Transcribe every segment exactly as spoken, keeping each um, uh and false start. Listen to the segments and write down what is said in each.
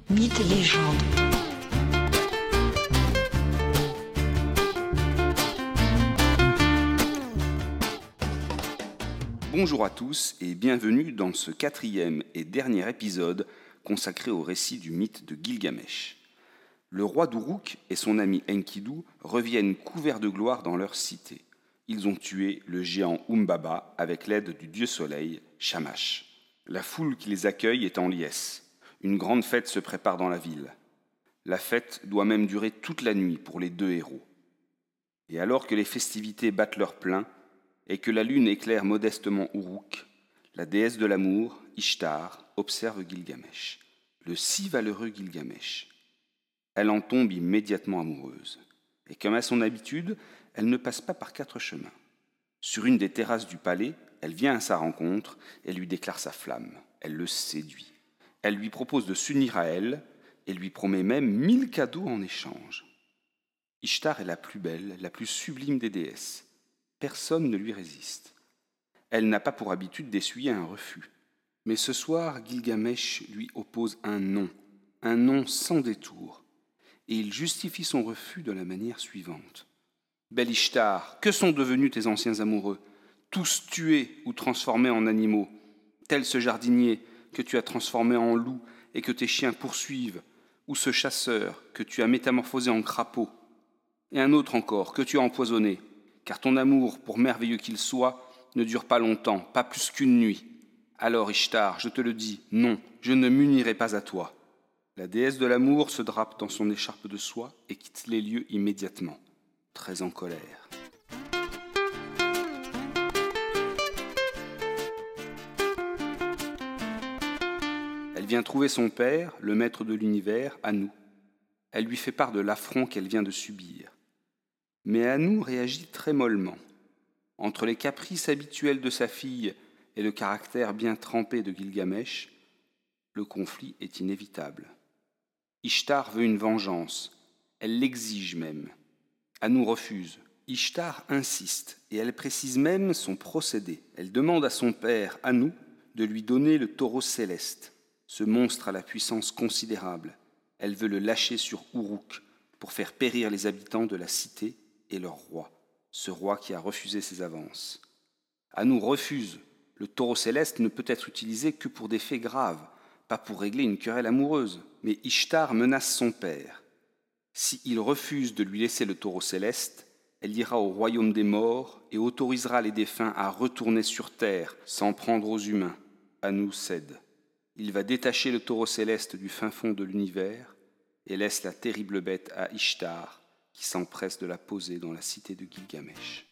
Mythes et légendes. Bonjour à tous et bienvenue dans ce quatrième et dernier épisode consacré au récit du mythe de Gilgamesh. Le roi d'Uruk et son ami Enkidu reviennent couverts de gloire dans leur cité. Ils ont tué le géant Humbaba avec l'aide du dieu soleil, Shamash. La foule qui les accueille est en liesse. Une grande fête se prépare dans la ville. La fête doit même durer toute la nuit pour les deux héros. Et alors que les festivités battent leur plein et que la lune éclaire modestement Uruk, la déesse de l'amour, Ishtar, observe Gilgamesh, le si valeureux Gilgamesh. Elle en tombe immédiatement amoureuse. Et comme à son habitude, elle ne passe pas par quatre chemins. Sur une des terrasses du palais, elle vient à sa rencontre et lui déclare sa flamme. Elle le séduit. Elle lui propose de s'unir à elle et lui promet même mille cadeaux en échange. Ishtar est la plus belle, la plus sublime des déesses. Personne ne lui résiste. Elle n'a pas pour habitude d'essuyer un refus. Mais ce soir, Gilgamesh lui oppose un non, un non sans détour. Et il justifie son refus de la manière suivante. « Belle Ishtar, que sont devenus tes anciens amoureux, tous tués ou transformés en animaux, tel ce jardinier que tu as transformé en loup et que tes chiens poursuivent, ou ce chasseur que tu as métamorphosé en crapaud, et un autre encore que tu as empoisonné, car ton amour, pour merveilleux qu'il soit, ne dure pas longtemps, pas plus qu'une nuit. Alors, Ishtar, je te le dis, non, je ne m'unirai pas à toi. » La déesse de l'amour se drape dans son écharpe de soie et quitte les lieux immédiatement, très en colère. Elle vient trouver son père, le maître de l'univers, Anu. Elle lui fait part de l'affront qu'elle vient de subir. Mais Anu réagit très mollement. Entre les caprices habituels de sa fille et le caractère bien trempé de Gilgamesh, le conflit est inévitable. Ishtar veut une vengeance, elle l'exige même. Anu refuse. Ishtar insiste et elle précise même son procédé. Elle demande à son père, Anu, de lui donner le taureau céleste, ce monstre à la puissance considérable. Elle veut le lâcher sur Uruk pour faire périr les habitants de la cité et leur roi, ce roi qui a refusé ses avances. Anu refuse. Le taureau céleste ne peut être utilisé que pour des faits graves, pas pour régler une querelle amoureuse. Mais Ishtar menace son père. S'il refuse de lui laisser le taureau céleste, elle ira au royaume des morts et autorisera les défunts à retourner sur terre sans prendre aux humains. Anu cède. Il va détacher le taureau céleste du fin fond de l'univers et laisse la terrible bête à Ishtar, qui s'empresse de la poser dans la cité de Gilgamesh.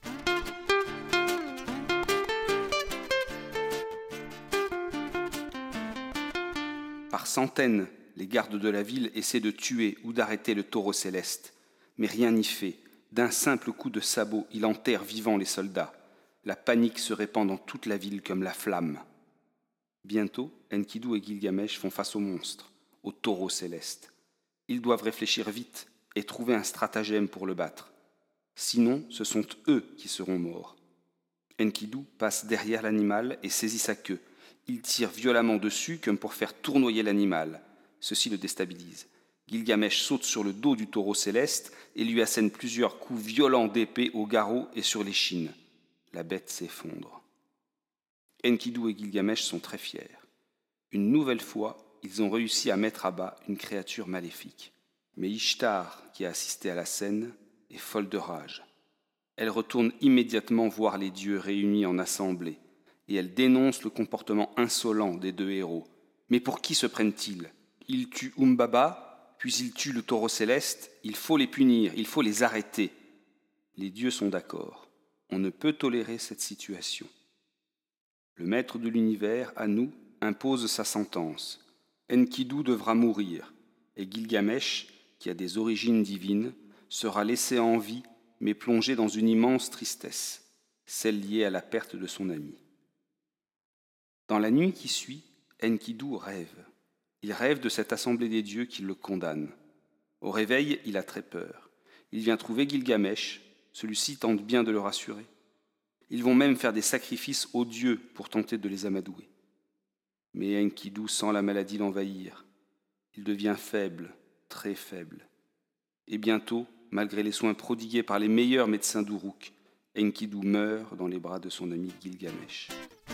Par centaines, les gardes de la ville essaient de tuer ou d'arrêter le taureau céleste, mais rien n'y fait. D'un simple coup de sabot, il enterre vivant les soldats. La panique se répand dans toute la ville comme la flamme. Bientôt, Enkidu et Gilgamesh font face au monstre, au taureau céleste. Ils doivent réfléchir vite et trouver un stratagème pour le battre. Sinon, ce sont eux qui seront morts. Enkidu passe derrière l'animal et saisit sa queue. Il tire violemment dessus comme pour faire tournoyer l'animal. Ceci le déstabilise. Gilgamesh saute sur le dos du taureau céleste et lui assène plusieurs coups violents d'épée au garrot et sur l'échine. La bête s'effondre. Enkidu et Gilgamesh sont très fiers. Une nouvelle fois, ils ont réussi à mettre à bas une créature maléfique. Mais Ishtar, qui a assisté à la scène, est folle de rage. Elle retourne immédiatement voir les dieux réunis en assemblée et elle dénonce le comportement insolent des deux héros. Mais pour qui se prennent-ils ? Ils tuent Humbaba, puis ils tuent le taureau céleste. Il faut les punir, il faut les arrêter. Les dieux sont d'accord. On ne peut tolérer cette situation. Le maître de l'univers, Anu, impose sa sentence. Enkidu devra mourir, et Gilgamesh, qui a des origines divines, sera laissé en vie, mais plongé dans une immense tristesse, celle liée à la perte de son ami. Dans la nuit qui suit, Enkidu rêve. Il rêve de cette assemblée des dieux qui le condamne. Au réveil, il a très peur. Il vient trouver Gilgamesh. Celui-ci tente bien de le rassurer. Ils vont même faire des sacrifices aux dieux pour tenter de les amadouer. Mais Enkidu sent la maladie l'envahir. Il devient faible, très faible. Et bientôt, malgré les soins prodigués par les meilleurs médecins d'Uruk, Enkidu meurt dans les bras de son ami Gilgamesh.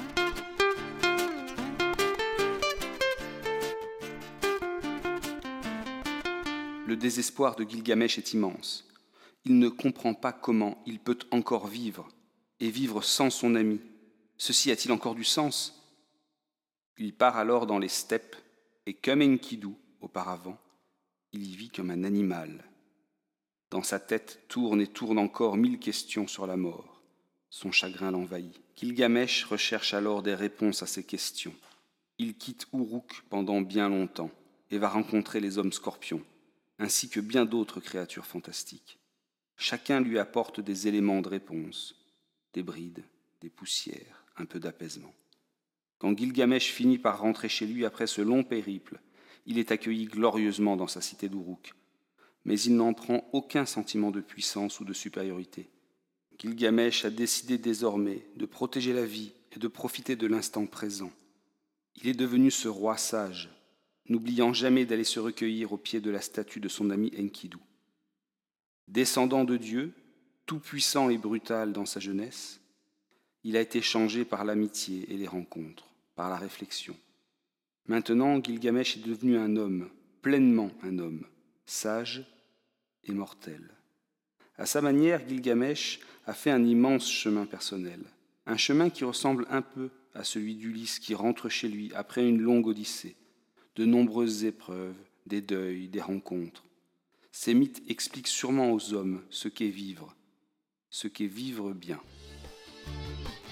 Le désespoir de Gilgamesh est immense. Il ne comprend pas comment il peut encore vivre, et vivre sans son ami. Ceci a-t-il encore du sens ? Il part alors dans les steppes, et comme Enkidu, auparavant, il y vit comme un animal. Dans sa tête tournent et tournent encore mille questions sur la mort. Son chagrin l'envahit. Gilgamesh recherche alors des réponses à ces questions. Il quitte Uruk pendant bien longtemps et va rencontrer les hommes scorpions, ainsi que bien d'autres créatures fantastiques. Chacun lui apporte des éléments de réponse, des brides, des poussières, un peu d'apaisement. Quand Gilgamesh finit par rentrer chez lui après ce long périple, il est accueilli glorieusement dans sa cité d'Uruk, mais il n'en prend aucun sentiment de puissance ou de supériorité. Gilgamesh a décidé désormais de protéger la vie et de profiter de l'instant présent. Il est devenu ce roi sage, n'oubliant jamais d'aller se recueillir au pied de la statue de son ami Enkidu. Descendant de Dieu, tout-puissant et brutal dans sa jeunesse, il a été changé par l'amitié et les rencontres, par la réflexion. Maintenant, Gilgamesh est devenu un homme, pleinement un homme, sage et mortel. À sa manière, Gilgamesh a fait un immense chemin personnel, un chemin qui ressemble un peu à celui d'Ulysse qui rentre chez lui après une longue odyssée, de nombreuses épreuves, des deuils, des rencontres. Ces mythes expliquent sûrement aux hommes ce qu'est vivre, ce qu'est vivre bien.